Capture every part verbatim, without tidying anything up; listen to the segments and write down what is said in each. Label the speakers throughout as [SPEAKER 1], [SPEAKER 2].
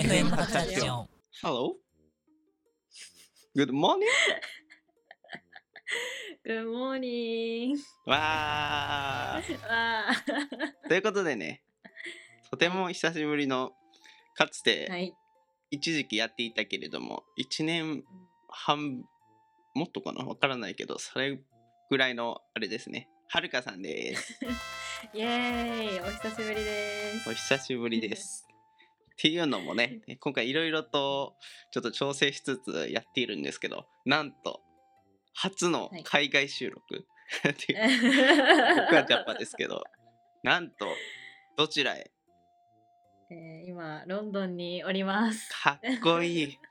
[SPEAKER 1] エフエム はちはちよん。
[SPEAKER 2] Hello. Good morning.
[SPEAKER 3] Good morning.
[SPEAKER 2] わー。
[SPEAKER 3] わ
[SPEAKER 2] ということでね、とても久しぶりの、かつ
[SPEAKER 3] ー。
[SPEAKER 2] て
[SPEAKER 3] はい。
[SPEAKER 2] 一時期やっていたけれども、いちねんはん、もっとかなわからないけど、それぐらいのあれですね。はるかさんです。
[SPEAKER 3] イエーイ、お久しぶりです。
[SPEAKER 2] お久しぶりです。っていうのもね、今回いろいろとちょっと調整しつつやっているんですけど、なんと初の海外収録、はい、っていう僕はジャパですけど、なんとどちらへ？
[SPEAKER 3] えー、今ロンドンにおります。
[SPEAKER 2] かっこいい。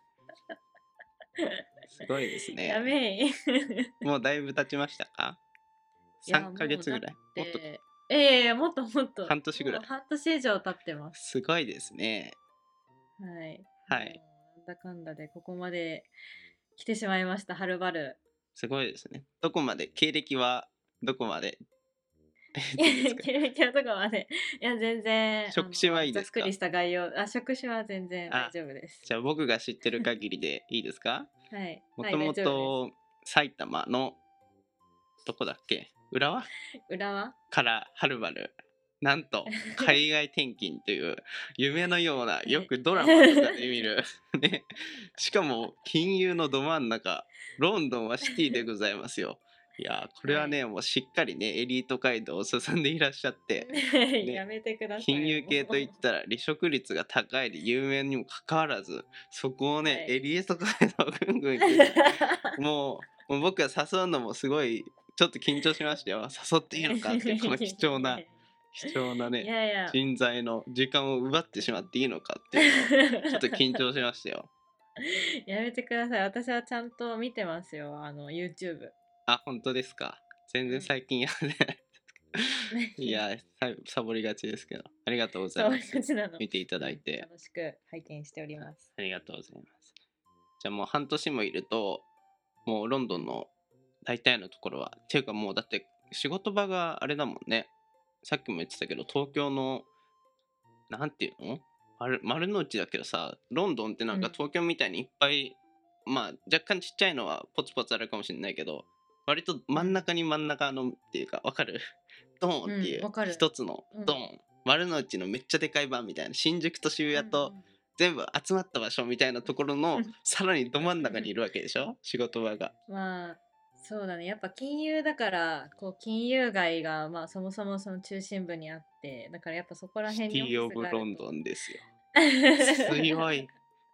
[SPEAKER 2] すごいですね。
[SPEAKER 3] やべえ。
[SPEAKER 2] もうだいぶ経ちましたか？さんかげつぐらい。もっと
[SPEAKER 3] ええー、もっともっと
[SPEAKER 2] 半年ぐらい。
[SPEAKER 3] 半年以上経ってます。
[SPEAKER 2] すごいですね。
[SPEAKER 3] はい
[SPEAKER 2] はい。
[SPEAKER 3] なんだかんだでここまで来てしまいました。はるばる。
[SPEAKER 2] すごいですね。どこまで経歴はどこまで？
[SPEAKER 3] 経歴はどこまで？いや全然。
[SPEAKER 2] 職種はいいですか？
[SPEAKER 3] ざっくりした概要。あ、職種は全然大丈夫です。
[SPEAKER 2] じゃあ僕が知ってる限りでいいですか？
[SPEAKER 3] はい。
[SPEAKER 2] もともと埼玉のどこだっけ？浦和？
[SPEAKER 3] 浦和
[SPEAKER 2] からはるばる。なんと海外転勤という夢のような、よくドラマとかで見るね、しかも金融のど真ん中、ロンドンはシティでございますよ。いやこれはね、はい、もうしっかりねエリート街道を進んでいらっしゃって、
[SPEAKER 3] ね、やめてください。
[SPEAKER 2] 金融系といったら離職率が高いで有名にもかかわらず、そこをね、はい、エリート街道をぐんぐん行ってもう、もう僕は誘うのもすごいちょっと緊張しましたよ。誘っていいのかってこの貴重な貴重なね、いやいや人材の時間を奪ってしまっていいのかっていうのをちょっと緊張しましたよ。
[SPEAKER 3] やめてください。私はちゃんと見てますよ、あの YouTube。
[SPEAKER 2] あ、本当ですか？全然最近やってない。いやサボりがちですけど、ありがとうございます。見ていただいて
[SPEAKER 3] 楽しく拝見しております。
[SPEAKER 2] ありがとうございます。じゃあもう半年もいるともうロンドンの大体のところはっていうか、もうだって仕事場があれだもんね。さっきも言ってたけど、東京のなんていうの丸、丸の内だけどさ、ロンドンってなんか東京みたいにいっぱい、うん、まあ若干ちっちゃいのはポツポツあるかもしれないけど、割と真ん中に真ん中のっていうか、わかる？ドーンっていう一つのドーン、うん、丸の内のめっちゃでかい版みたいな、新宿と渋谷と全部集まった場所みたいなところのさらにど真ん中にいるわけでしょ、仕事場が。
[SPEAKER 3] まあそうだね、やっぱ金融だからこう金融街がまあそもそもその中心部にあって、だからやっぱそこら辺にオフィスがあると。
[SPEAKER 2] シティオブロンドンですよ。強い。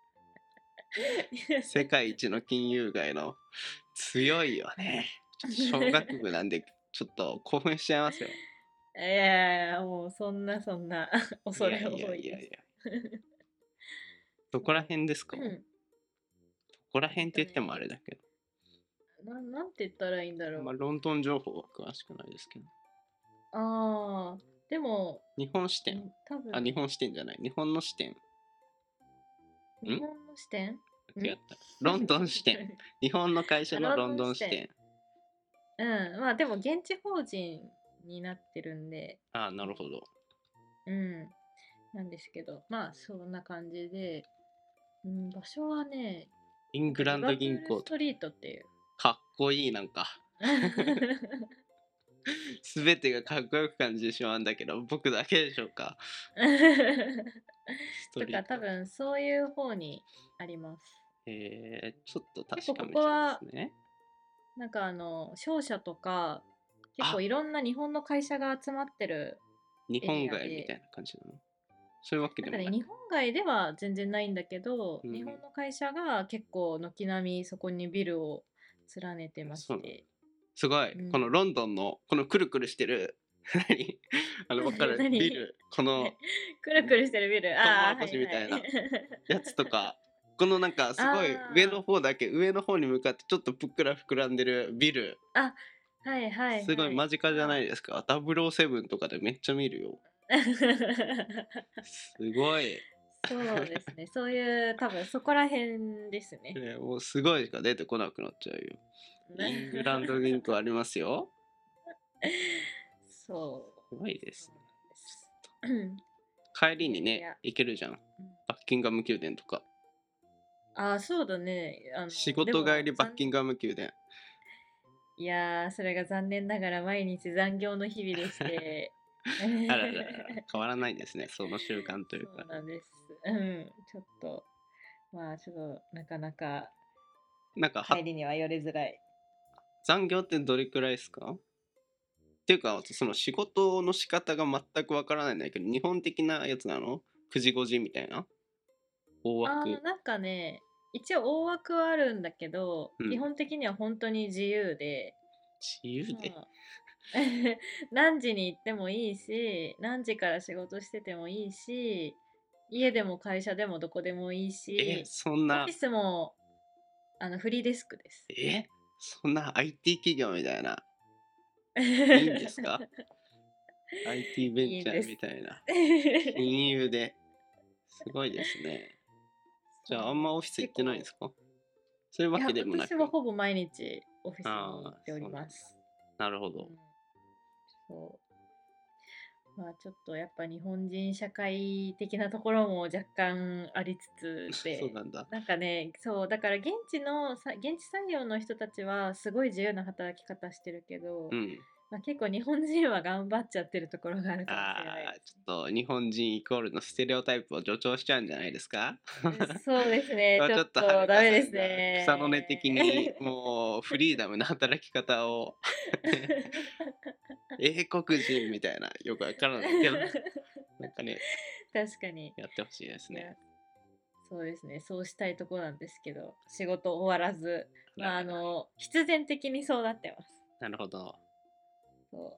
[SPEAKER 2] 世界一の金融街の強いよね。ちょっと小学部なんでちょっと興奮しちゃいますよ。
[SPEAKER 3] いやいやもうそんなそんな恐れ多いです。いやいやいや
[SPEAKER 2] どこら辺ですか？うん、どこら辺って言ってもあれだけど。
[SPEAKER 3] な, なんて言ったらいいんだろう。
[SPEAKER 2] まあ、ロンドン情報は詳しくないですけど。
[SPEAKER 3] ああ、でも
[SPEAKER 2] 日本支店。多分あ、日本支店じゃない。日本の支店。
[SPEAKER 3] 日本の支店？
[SPEAKER 2] 違った。ロンドン支店。日本の会社のロンドン支店。
[SPEAKER 3] うん、まあでも現地法人になってるんで。
[SPEAKER 2] ああ、なるほど。
[SPEAKER 3] うん。なんですけど、まあそんな感じで、うん、場所はね、
[SPEAKER 2] イングランド銀行
[SPEAKER 3] ストリートっていう。
[SPEAKER 2] かっこいい、なんか全てがかっこよく感じてしまうんだけど、僕だけでしょうか？
[SPEAKER 3] とか多分そういう方にあります。
[SPEAKER 2] えー、ちょっと確かめちゃいますね。
[SPEAKER 3] なんかあの商社とか結構いろんな日本の会社が集まってるエリアで。
[SPEAKER 2] 日本街みたいな感じなの？そういうわけでもない。
[SPEAKER 3] なんかね、日本街では全然ないんだけど、うん、日本の会社が結構軒並みそこにビルを連ねてまして。
[SPEAKER 2] すごい、うん、このロンドンのこのくるくるしてる何あの分かるビル、この
[SPEAKER 3] くるくるしてるビル、
[SPEAKER 2] トウモロコシみたいなやつとか、はいはい、このなんかすごい上の方だけ上の方に向かってちょっとぷっくら膨らんでるビル、
[SPEAKER 3] あ、はいはい、はい、
[SPEAKER 2] すごい間近じゃないですか。ダブルオーセブンとかでめっちゃ見るよ。すごい。
[SPEAKER 3] そうですね。そういう多分そこら辺ですね。
[SPEAKER 2] ね、もうすごいしか出てこなくなっちゃうよ。イングランド銀行ありますよ。
[SPEAKER 3] そう。
[SPEAKER 2] すごいですね。帰りにね行けるじゃん。バッキンガム宮殿とか。
[SPEAKER 3] ああ、そうだね。あの
[SPEAKER 2] 仕事帰りバッ
[SPEAKER 3] 残
[SPEAKER 2] キンガム宮殿。
[SPEAKER 3] いやー、それが残念ながら毎日残業の日々でして。
[SPEAKER 2] あらららら、変わらないですね、その習慣というか。
[SPEAKER 3] そうなんです。うん、ちょっと、まあちょっとなかなか
[SPEAKER 2] なんかは
[SPEAKER 3] 帰りには寄りづらい。
[SPEAKER 2] 残業ってどれくらいですか？っていうか、その仕事の仕方が全くわからないんだけど、日本的なやつなの？ く 時ごじみたいな大枠。
[SPEAKER 3] ああ、なんかね、一応大枠はあるんだけど、
[SPEAKER 2] うん。
[SPEAKER 3] 基本的には本当に自由で、
[SPEAKER 2] 自由で。
[SPEAKER 3] まあ何時に行ってもいいし、何時から仕事しててもいいし、家でも会社でもどこでもいい
[SPEAKER 2] え、
[SPEAKER 3] し、
[SPEAKER 2] そんな、
[SPEAKER 3] オフィスもあのフリーデスクです。
[SPEAKER 2] えそんな アイティー 企業みたいな、いいんですか？ アイティー ベンチャー
[SPEAKER 3] いいんです。
[SPEAKER 2] みたいな。金融で。すごいですね。じゃあ、あんまオフィス行ってないんですか？そういうわ
[SPEAKER 3] いや、
[SPEAKER 2] けでもなく。
[SPEAKER 3] 私はほぼ毎日オフィスに
[SPEAKER 2] ああ、
[SPEAKER 3] 行っており
[SPEAKER 2] そうなんだ。
[SPEAKER 3] ます。
[SPEAKER 2] なるほど。
[SPEAKER 3] うん、そう。まあちょっとやっぱ日本人社会的なところも若干ありつつで、
[SPEAKER 2] そうなんだ。
[SPEAKER 3] なんかね、そう、だから現地のさ、現地採用の人たちはすごい自由な働き方してるけど、
[SPEAKER 2] うん。
[SPEAKER 3] まあ、結構日本人は頑張っちゃってるところがあるかもしれない
[SPEAKER 2] ああ、ち
[SPEAKER 3] ですね。
[SPEAKER 2] ょっと日本人イコールのステレオタイプを助長しちゃうんじゃないですか？
[SPEAKER 3] うそうですね、ちょっ
[SPEAKER 2] ちょっとはる
[SPEAKER 3] とダメです
[SPEAKER 2] かさんが草の根的に
[SPEAKER 3] ね。
[SPEAKER 2] もうフリーダムな働き方を英国人みたいな、よくわからないけど、なんかね、
[SPEAKER 3] 確かに。
[SPEAKER 2] やってほしいですね。
[SPEAKER 3] いや、そうですね、そうしたいところなんですけど、仕事終わらず、まあ、
[SPEAKER 2] あららら。
[SPEAKER 3] あの、必然的にそうなってます。
[SPEAKER 2] なるほど。
[SPEAKER 3] そう。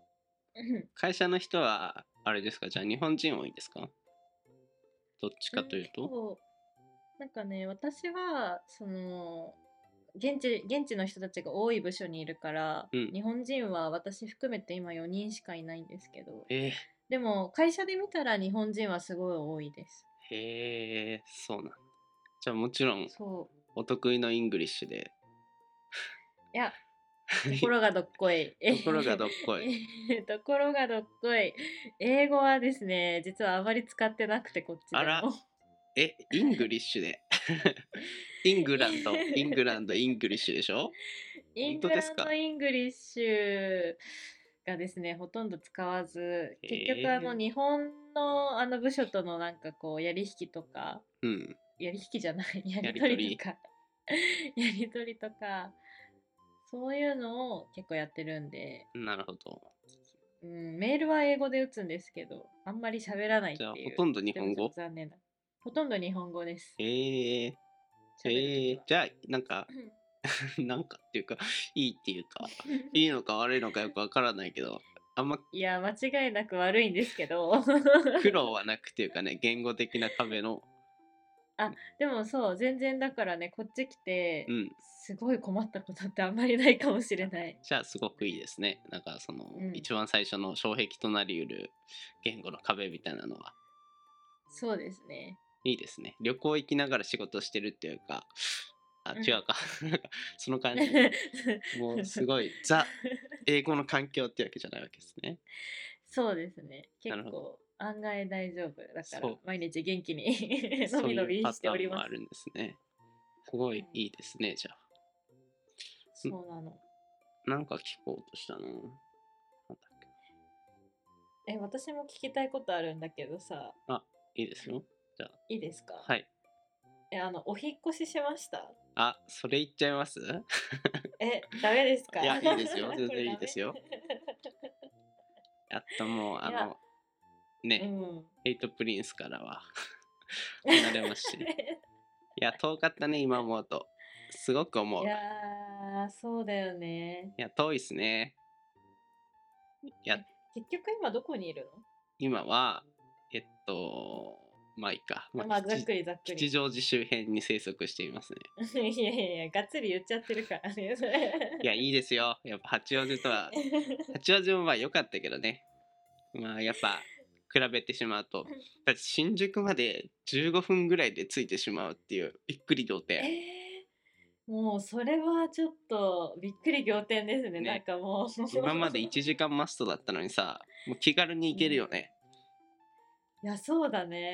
[SPEAKER 3] うん
[SPEAKER 2] 会社の人は、あれですか、じゃあ日本人多いんですか？どっちかという
[SPEAKER 3] 結
[SPEAKER 2] と。
[SPEAKER 3] 構、なんかね、私は、その、現地、現地の人たちが多い部署にいるから、
[SPEAKER 2] うん。
[SPEAKER 3] 日本人は私含めて今よにんしかいないんですけど、
[SPEAKER 2] え
[SPEAKER 3] でも会社で見たら日本人はすごい多いです。
[SPEAKER 2] ー、へえ、そうなんだ。じゃあもちろん、
[SPEAKER 3] そう。
[SPEAKER 2] お得意のイングリッシュで。
[SPEAKER 3] いや、ところがどっこい。え
[SPEAKER 2] ところがどっこい。
[SPEAKER 3] えところがどっこい。英語はですね、実はあまり使ってなくて、こっちでも。
[SPEAKER 2] あら、え、イングリッシュで。イングランド、イングランド、イングリッシュでしょ？本
[SPEAKER 3] イングランド・
[SPEAKER 2] 当ですか？
[SPEAKER 3] イングリッシュがですね、ほとんど使わず、結局あの
[SPEAKER 2] ええ
[SPEAKER 3] 日本のあの部署とのなんかこうやり引きとか、
[SPEAKER 2] うん。
[SPEAKER 3] やり引きじゃない、や
[SPEAKER 2] や
[SPEAKER 3] り
[SPEAKER 2] りとり。
[SPEAKER 3] 取りとか、やり取りとか、そういうのを結構やってるんで、
[SPEAKER 2] なるほど。
[SPEAKER 3] うん、メールは英語で打つんですけど、あんまり喋らないっ
[SPEAKER 2] じゃあ、
[SPEAKER 3] ていう、
[SPEAKER 2] ほとんど
[SPEAKER 3] とてもちょっと
[SPEAKER 2] 日本語。
[SPEAKER 3] 残念な。ほとんど日本語です。
[SPEAKER 2] ええ
[SPEAKER 3] 喋るときは。
[SPEAKER 2] ええじゃあ、なんか、なんかっていうか、いいっていうか、いいのか悪いのかよくわからないけど、あんま
[SPEAKER 3] いや、間違いなく悪いんですけど。
[SPEAKER 2] 苦労はなくっていうかね、言語的な壁の、
[SPEAKER 3] あ、でもそう、全然だからね、こっち来て、
[SPEAKER 2] うん。
[SPEAKER 3] すごい困ったことってあんまりないかもしれない。
[SPEAKER 2] じゃあ、すごくいいですね。なんか、その、
[SPEAKER 3] うん、
[SPEAKER 2] 一番最初の障壁となりうる言語の壁みたいなのは、
[SPEAKER 3] そうですね。
[SPEAKER 2] いいですね。旅行行きながら仕事してるっていうか、あ、
[SPEAKER 3] うん。
[SPEAKER 2] 違うか。なんか、その感じ。もう、すごい、ザ、英語の環境ってわけじゃないわけですね。
[SPEAKER 3] そうですね。
[SPEAKER 2] なるほど。
[SPEAKER 3] 結構案外大丈夫。だか
[SPEAKER 2] そう、
[SPEAKER 3] ら毎日元気にの
[SPEAKER 2] そういう
[SPEAKER 3] びのびし
[SPEAKER 2] パターン
[SPEAKER 3] ております。
[SPEAKER 2] もあるんですね。すご
[SPEAKER 3] うん、
[SPEAKER 2] いいいですね、じゃあ。
[SPEAKER 3] そうなの。
[SPEAKER 2] んなんか聞こうとしたの。なんだっけ。
[SPEAKER 3] え、私も聞きたいことあるんだけどさ、
[SPEAKER 2] あ、いいですよ。じゃあ、
[SPEAKER 3] いいですか？
[SPEAKER 2] はい。
[SPEAKER 3] え、あの、お引っ越ししました？
[SPEAKER 2] あ、それ言っちゃいます
[SPEAKER 3] え、ダメですか？
[SPEAKER 2] いや、いいですよ。全然いい
[SPEAKER 3] これダメ？
[SPEAKER 2] ですよ。やっともう、
[SPEAKER 3] いや、
[SPEAKER 2] あの、ね、
[SPEAKER 3] うん。
[SPEAKER 2] ヘイトプリンスからは離れますしね。いや、遠かったね、今思うと。すごく思う。
[SPEAKER 3] いやー、そうだよね。
[SPEAKER 2] いや、遠いっすね。いや、
[SPEAKER 3] え、結局今どこにいる
[SPEAKER 2] 今は、えっと、まあいいか。ま
[SPEAKER 3] の？
[SPEAKER 2] あ、
[SPEAKER 3] まあ、ざっ
[SPEAKER 2] 吉
[SPEAKER 3] くりざっくり。
[SPEAKER 2] 吉祥寺周辺に生息していますね。
[SPEAKER 3] いやいやいや、がっつり言っちゃってるからね、それ。
[SPEAKER 2] いや、いいですよ。やっぱ八王子とは、八王子もまあ良かったけどね。まあやっぱ、比べてしまうと。だって新宿までじゅうごふんぐらいで着いてしまうっていう、びっくり仰
[SPEAKER 3] え
[SPEAKER 2] 天。
[SPEAKER 3] ー、もうそれはちょっとびっくり仰天ですね。なん
[SPEAKER 2] ね。
[SPEAKER 3] かもう。
[SPEAKER 2] 今までいちじかんマストだったのにさ、もう気軽に行
[SPEAKER 3] うん、
[SPEAKER 2] けるよね。
[SPEAKER 3] いや、そうだね。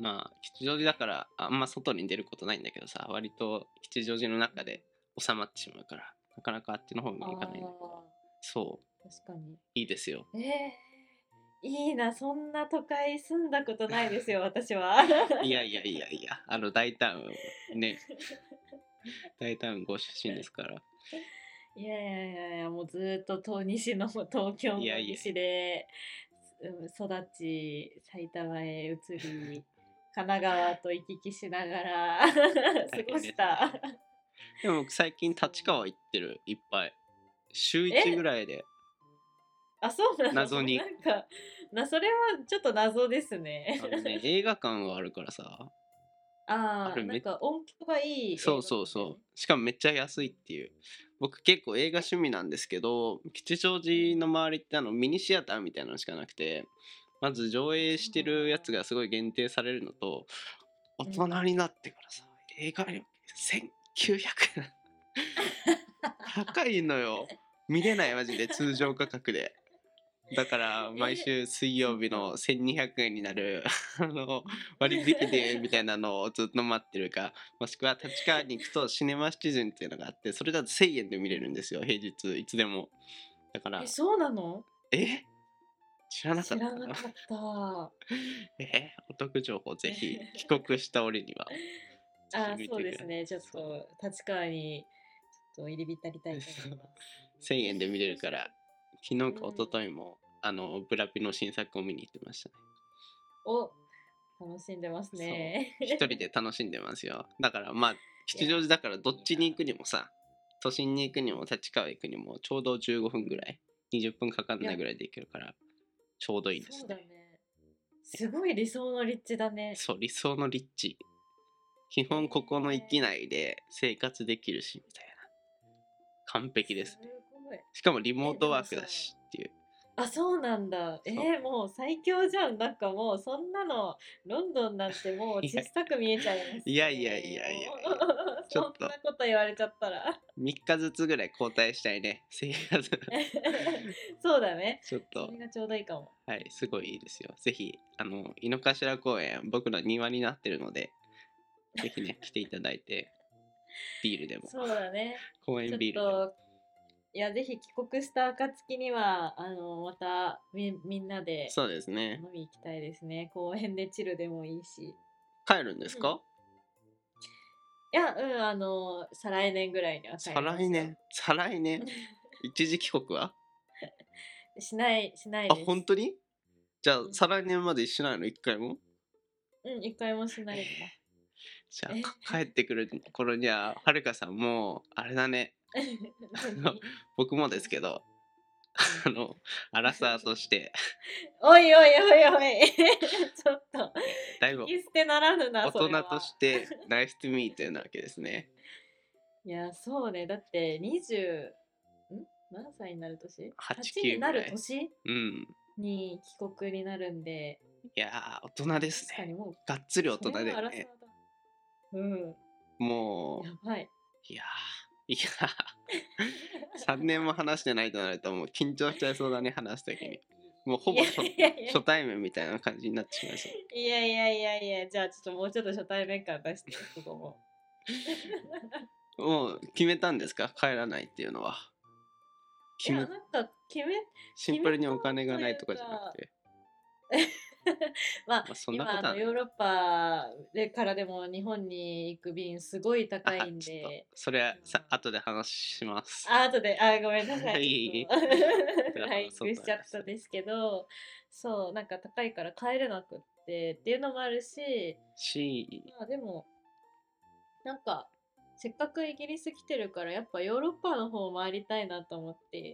[SPEAKER 2] まあ吉祥寺だからあんま外に出ることないんだけどさ、割と吉祥寺の中で収まってしまうからなかなかあっちの方にも行かないんだけど、
[SPEAKER 3] あ
[SPEAKER 2] そう
[SPEAKER 3] ー、確かに。
[SPEAKER 2] いいですよ。
[SPEAKER 3] えー、いいな、そんな都会住んだことないですよ、私は。
[SPEAKER 2] いやいやいやいや、あの大タウンね、大タウンご出身ですから。
[SPEAKER 3] いやいやいやいや、もうずーっと東西の東京
[SPEAKER 2] いやいや
[SPEAKER 3] の西でうん育ち、埼玉へ移り、神奈川と行き来しながら過ご
[SPEAKER 2] 大変ですね。
[SPEAKER 3] した
[SPEAKER 2] でも僕最近立川行ってる、いっぱい。週いちぐ
[SPEAKER 3] え、
[SPEAKER 2] らいで
[SPEAKER 3] あ、そうなの
[SPEAKER 2] 謎に。
[SPEAKER 3] なんか、な、それはちょっと謎ですね。
[SPEAKER 2] あのね、映画館があるからさ、あ
[SPEAKER 3] ああ、なん
[SPEAKER 2] れめ
[SPEAKER 3] か音響がいい
[SPEAKER 2] そう
[SPEAKER 3] 映画
[SPEAKER 2] そうそ
[SPEAKER 3] 館だよね。
[SPEAKER 2] う。しかもめっちゃ安いっていう。僕結構映画趣味なんですけど、吉祥寺の周りってあのミニシアターみたいなのしかなくて、まず上映してるやつがすごい限定されるのと、大
[SPEAKER 3] うん。
[SPEAKER 2] 人になってからさ、映画料せんきゅうひゃくえん。高いのよ。見れないマジで通常価格で。だから毎
[SPEAKER 3] え、
[SPEAKER 2] 週水曜日の
[SPEAKER 3] そっか。
[SPEAKER 2] せんにひゃくえんになるあの割引でみたいなのをずっと待ってるか、もしくは立川に行くとシネマシチズンっていうのがあって、それだとせんえんで見れるんですよ、平日いつでも。だか
[SPEAKER 3] え、
[SPEAKER 2] ら、
[SPEAKER 3] そうなの
[SPEAKER 2] え知らなか
[SPEAKER 3] 知
[SPEAKER 2] った
[SPEAKER 3] らなかった。
[SPEAKER 2] えお得情報ぜひ帰国した俺にはぜひ
[SPEAKER 3] あ、
[SPEAKER 2] 見てください。
[SPEAKER 3] そうですね。ちょっ
[SPEAKER 2] そう
[SPEAKER 3] と立川にちょっと入り浸りたいと思います。
[SPEAKER 2] せんえんで見れるから昨日か一
[SPEAKER 3] うん。
[SPEAKER 2] 昨日もあのブラピの新作を見に行ってましたね。
[SPEAKER 3] お、楽しんでます
[SPEAKER 2] そう
[SPEAKER 3] ね。
[SPEAKER 2] 一人で楽しんでますよ。だからまあ
[SPEAKER 3] いや、
[SPEAKER 2] 吉祥寺だからどっ
[SPEAKER 3] いい
[SPEAKER 2] ちに行くにもさ、都心に行くにも立川行くにもちょうどじゅうごふんぐらい、にじゅっぷんかかん
[SPEAKER 3] な。いや、
[SPEAKER 2] ないぐらいで行けるからちょうどいいです
[SPEAKER 3] そうだ
[SPEAKER 2] ね。
[SPEAKER 3] ね。すごい理想の立地だね。
[SPEAKER 2] そう理想の立地、基本ここの域
[SPEAKER 3] え
[SPEAKER 2] 内で生活できるしみたいな、完
[SPEAKER 3] ー、す
[SPEAKER 2] 璧ですね。
[SPEAKER 3] ごい。
[SPEAKER 2] しかもリモ
[SPEAKER 3] え、
[SPEAKER 2] ートワーク
[SPEAKER 3] でもさ、
[SPEAKER 2] だしっていう。
[SPEAKER 3] あ、そうなんだ。え
[SPEAKER 2] そう
[SPEAKER 3] ー、もう最強じゃん。なんかもうそんなの、ロンドンなんてもう
[SPEAKER 2] いや
[SPEAKER 3] 小さく見えちゃいます
[SPEAKER 2] いやいやい
[SPEAKER 3] ね。
[SPEAKER 2] やいや
[SPEAKER 3] も
[SPEAKER 2] いや、
[SPEAKER 3] う、
[SPEAKER 2] ちょっと
[SPEAKER 3] そんなこと言われちゃったら。
[SPEAKER 2] みっかずつぐらい交代したいね生活
[SPEAKER 3] そうだね。
[SPEAKER 2] ちょっと
[SPEAKER 3] それがちょうどいいかも。
[SPEAKER 2] はい、すごいいいですよ。ぜひ、あの、井の頭公園、僕の庭になってるので、ぜひね、来ていただいて、ビールでも、
[SPEAKER 3] そうだね。
[SPEAKER 2] 公
[SPEAKER 3] ちょっ
[SPEAKER 2] 園ビールでも。
[SPEAKER 3] と、いや、ぜひ帰国した暁には、あの、またみ、みんなで
[SPEAKER 2] そうですね。
[SPEAKER 3] 飲み行きたいですね。公園でチルでもいいし。
[SPEAKER 2] 帰るんです
[SPEAKER 3] うん。
[SPEAKER 2] か？
[SPEAKER 3] いや、うん、あの、再来年ぐらいには帰
[SPEAKER 2] 再
[SPEAKER 3] りますよ。
[SPEAKER 2] 来年再来年一時帰国は？
[SPEAKER 3] しない、しない
[SPEAKER 2] あ、
[SPEAKER 3] です。
[SPEAKER 2] 本当に？じゃあ、
[SPEAKER 3] うん。
[SPEAKER 2] 再来年までしないの一回も？
[SPEAKER 3] うん、一回もしな
[SPEAKER 2] えー
[SPEAKER 3] いです。
[SPEAKER 2] じゃあ、
[SPEAKER 3] え
[SPEAKER 2] か帰ってくる頃には、はるかさんもう、あれだね。あの
[SPEAKER 3] 何
[SPEAKER 2] 僕もですけど、
[SPEAKER 3] うん。
[SPEAKER 2] あの、アラサーとして、
[SPEAKER 3] おいおいおいおいちょっと、
[SPEAKER 2] えーだいぶ
[SPEAKER 3] 聞き捨てならぬな、
[SPEAKER 2] 大
[SPEAKER 3] それ
[SPEAKER 2] 人と
[SPEAKER 3] は。
[SPEAKER 2] して、ナイストゥミートなわけですね。
[SPEAKER 3] いや、そうね。だってにじゅう、ん何歳になる年？
[SPEAKER 2] はち、
[SPEAKER 3] はち に
[SPEAKER 2] きゅう
[SPEAKER 3] な
[SPEAKER 2] ぐらい。
[SPEAKER 3] る年
[SPEAKER 2] うん。
[SPEAKER 3] に帰国になるんで、
[SPEAKER 2] いやー、大人ですね。
[SPEAKER 3] 確かにもう、
[SPEAKER 2] がっつり大人
[SPEAKER 3] それ
[SPEAKER 2] だよね。
[SPEAKER 3] は荒さだ。うん。
[SPEAKER 2] も
[SPEAKER 3] やばい。
[SPEAKER 2] う、いやー、いやー、さんねんも話してないとなると、もう緊張しちゃいそうだね、話すときに。もうほ
[SPEAKER 3] いや
[SPEAKER 2] ぼ初
[SPEAKER 3] いやいや
[SPEAKER 2] 初対面みたいな感じになってしまいそう。
[SPEAKER 3] いやいやいやいや、じゃあちょっともうちょっと初対面感出して、そこも。
[SPEAKER 2] もう決めたんですか、帰らないっていうのは。
[SPEAKER 3] いや、
[SPEAKER 2] 決め、
[SPEAKER 3] なんか決め、
[SPEAKER 2] シンプルに
[SPEAKER 3] 決めた
[SPEAKER 2] お金が
[SPEAKER 3] という
[SPEAKER 2] ないとかじゃなく
[SPEAKER 3] か、
[SPEAKER 2] て。
[SPEAKER 3] まあ、
[SPEAKER 2] まあ、そんな
[SPEAKER 3] 今、
[SPEAKER 2] ことはない。
[SPEAKER 3] あのヨーロッパでからでも日本に行く便すごい高
[SPEAKER 2] あ、
[SPEAKER 3] いん
[SPEAKER 2] ちょっと、
[SPEAKER 3] で、
[SPEAKER 2] それはさ、
[SPEAKER 3] まあ、
[SPEAKER 2] 後で話します。
[SPEAKER 3] あ、後で、あ、ごめんなさい、ちょっ
[SPEAKER 2] いい、
[SPEAKER 3] と
[SPEAKER 2] 後で
[SPEAKER 3] ライ
[SPEAKER 2] 話そう
[SPEAKER 3] ングしちゃっ
[SPEAKER 2] と思います。
[SPEAKER 3] たですけど、そう、なんか高いから帰れなくってっていうのもあるし、
[SPEAKER 2] し、
[SPEAKER 3] まあでも、なんか、せっかくイギリス来てるからやっぱヨーロッパの方回りたいなと思って、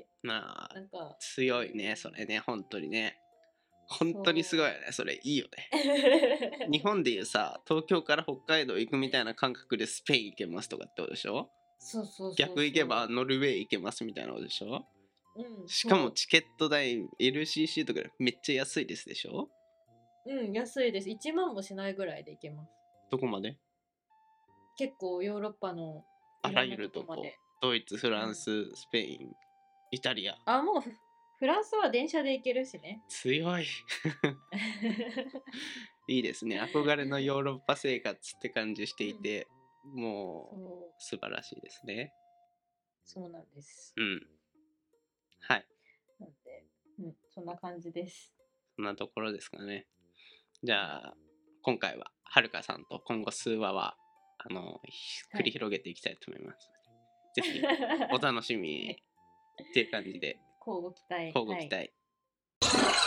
[SPEAKER 2] まあ、
[SPEAKER 3] なんか、う
[SPEAKER 2] 強いね、それ
[SPEAKER 3] ん、
[SPEAKER 2] ね、本当にね。本当にすごいよ
[SPEAKER 3] そ
[SPEAKER 2] ね、それいいよね。
[SPEAKER 3] う。
[SPEAKER 2] 日本でいうさ、東京から北海道行くみたいな感覚でスペイン行けますとかってことでしょ？
[SPEAKER 3] そうそうそう
[SPEAKER 2] 逆行けば
[SPEAKER 3] そ
[SPEAKER 2] ノルウェー行けますみたいなことでしょ？
[SPEAKER 3] う。うん、
[SPEAKER 2] しかも
[SPEAKER 3] そ
[SPEAKER 2] チケット代 エルシーシー とかでめっちゃ安いですでしょ？
[SPEAKER 3] う。うん、安いです。いちまんもしないぐらいで行けます。
[SPEAKER 2] どこまで？
[SPEAKER 3] 結構ヨーロッパの
[SPEAKER 2] あらゆ
[SPEAKER 3] いろんな
[SPEAKER 2] るとこ。
[SPEAKER 3] とこまで。
[SPEAKER 2] ドイツ、フ
[SPEAKER 3] うん。
[SPEAKER 2] ランス、スペイン、イタリア。
[SPEAKER 3] あ、もうフフランスは電車で行けるしね。
[SPEAKER 2] 強い。いいですね。憧れのヨーロッパ生活って感じしていて、もう
[SPEAKER 3] そう、
[SPEAKER 2] 素晴らしいですね。
[SPEAKER 3] そうなんです。
[SPEAKER 2] うん。はい。
[SPEAKER 3] なんで、うん、そんな感じです。
[SPEAKER 2] そんなところですかね。じゃあ、今回ははるかさんと今後数話はあの繰り広げていきたいと思いますので、ぜひお楽しみにっていう感じで、
[SPEAKER 3] 交互期待。
[SPEAKER 2] 交互期待。
[SPEAKER 3] はい